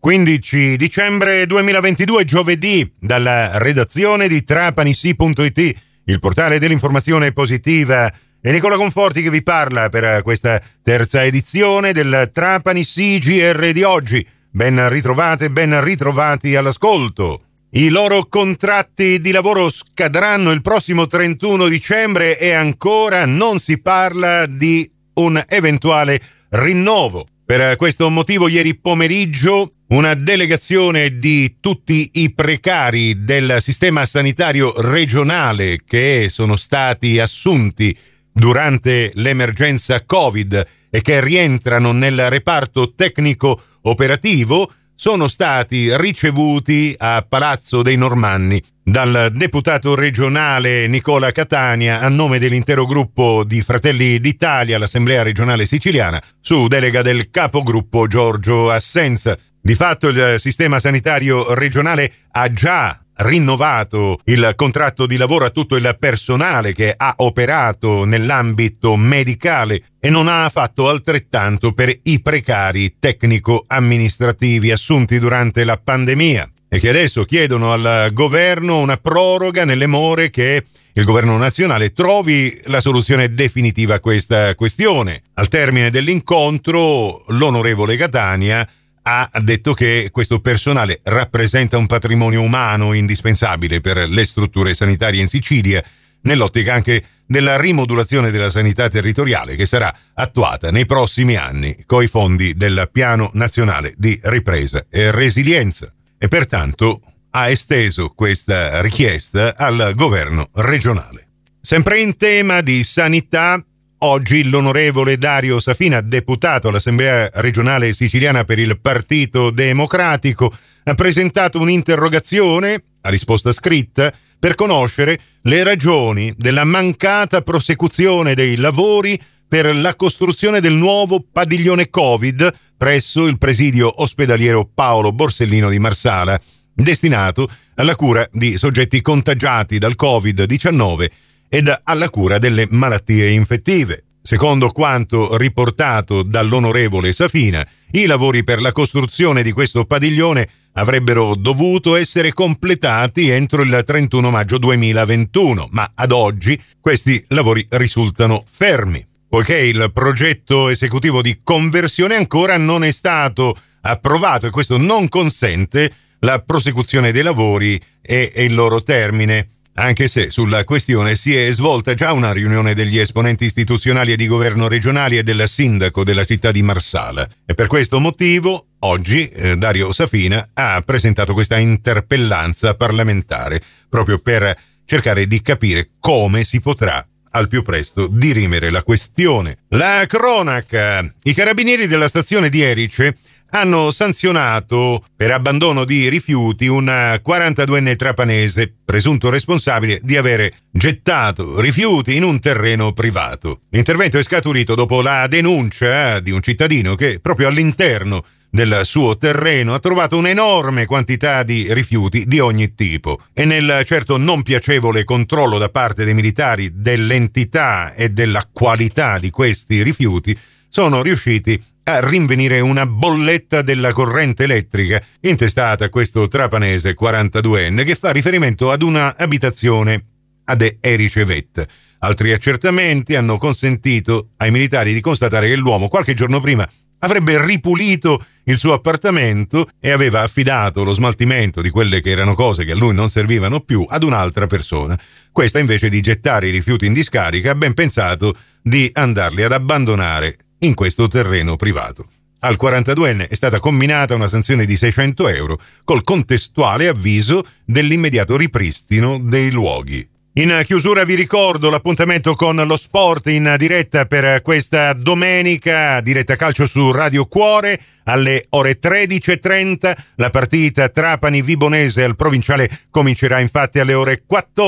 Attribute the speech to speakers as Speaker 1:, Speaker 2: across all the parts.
Speaker 1: 15 dicembre 2022, giovedì, dalla redazione di trapanisi.it, il portale dell'informazione positiva. È Nicola Conforti che vi parla per questa terza edizione del Trapani CGR di oggi. Ben ritrovate, ben ritrovati all'ascolto. I loro contratti di lavoro scadranno il prossimo 31 dicembre e ancora non si parla di un eventuale rinnovo. Per questo motivo ieri pomeriggio una delegazione di tutti i precari del sistema sanitario regionale che sono stati assunti durante l'emergenza Covid e che rientrano nel reparto tecnico operativo sono stati ricevuti a Palazzo dei Normanni dal deputato regionale Nicola Catania a nome dell'intero gruppo di Fratelli d'Italia all'Assemblea regionale siciliana su delega del capogruppo Giorgio Assenza. Di fatto il sistema sanitario regionale ha già rinnovato il contratto di lavoro a tutto il personale che ha operato nell'ambito medicale e non ha fatto altrettanto per i precari tecnico-amministrativi assunti durante la pandemia e che adesso chiedono al governo una proroga nelle more che il governo nazionale trovi la soluzione definitiva a questa questione. Al termine dell'incontro, l'onorevole Catania ha detto che questo personale rappresenta un patrimonio umano indispensabile per le strutture sanitarie in Sicilia, nell'ottica anche della rimodulazione della sanità territoriale che sarà attuata nei prossimi anni coi fondi del Piano Nazionale di Ripresa e Resilienza. E pertanto ha esteso questa richiesta al governo regionale. Sempre in tema di sanità, oggi l'onorevole Dario Safina, deputato all'Assemblea regionale siciliana per il Partito Democratico, ha presentato un'interrogazione a risposta scritta per conoscere le ragioni della mancata prosecuzione dei lavori per la costruzione del nuovo padiglione Covid presso il presidio ospedaliero Paolo Borsellino di Marsala, destinato alla cura di soggetti contagiati dal Covid-19 ed alla cura delle malattie infettive. Secondo quanto riportato dall'onorevole Safina, i lavori per la costruzione di questo padiglione avrebbero dovuto essere completati entro il 31 maggio 2021, ma ad oggi questi lavori risultano fermi, poiché il progetto esecutivo di conversione ancora non è stato approvato e questo non consente la prosecuzione dei lavori e il loro termine. Anche se sulla questione si è svolta già una riunione degli esponenti istituzionali e di governo regionali e del sindaco della città di Marsala. E per questo motivo, oggi, Dario Safina ha presentato questa interpellanza parlamentare, proprio per cercare di capire come si potrà al più presto dirimere la questione. La cronaca. I carabinieri della stazione di Erice hanno sanzionato per abbandono di rifiuti un 42enne trapanese, presunto responsabile di avere gettato rifiuti in un terreno privato. L'intervento è scaturito dopo la denuncia di un cittadino che proprio all'interno del suo terreno ha trovato un'enorme quantità di rifiuti di ogni tipo e nel certo non piacevole controllo da parte dei militari dell'entità e della qualità di questi rifiuti sono riusciti a rinvenire una bolletta della corrente elettrica intestata a questo trapanese 42enne che fa riferimento ad una abitazione ad Erice Vet. Altri accertamenti hanno consentito ai militari di constatare che l'uomo qualche giorno prima avrebbe ripulito il suo appartamento e aveva affidato lo smaltimento di quelle che erano cose che a lui non servivano più ad un'altra persona. Questa, invece di gettare i rifiuti in discarica, ha ben pensato di andarli ad abbandonare in questo terreno privato. Al 42enne è stata comminata una sanzione di 600 euro col contestuale avviso dell'immediato ripristino dei luoghi. In chiusura vi ricordo l'appuntamento con lo sport in diretta per questa domenica, diretta calcio su Radio Cuore alle ore 13:30. La partita Trapani-Vibonese al Provinciale comincerà infatti alle ore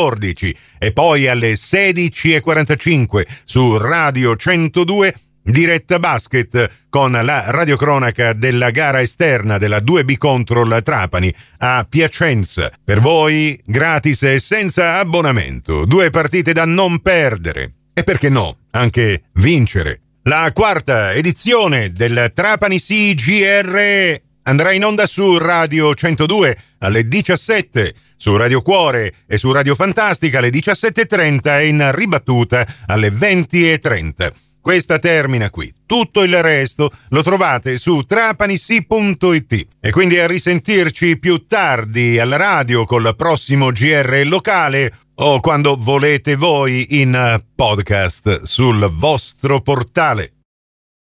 Speaker 1: 14 e poi alle 16:45 su Radio 102 diretta basket con la radiocronaca della gara esterna della 2B contro la Trapani a Piacenza. Per voi gratis e senza abbonamento. 2 partite da non perdere. E perché no, anche vincere. La quarta edizione del Trapani CGR andrà in onda su Radio 102 alle 17, su Radio Cuore e su Radio Fantastica alle 17.30 e in ribattuta alle 20.30. Questa termina qui. Tutto il resto lo trovate su trapanissi.it. E quindi a risentirci più tardi alla radio col prossimo GR locale o quando volete voi in podcast sul vostro portale.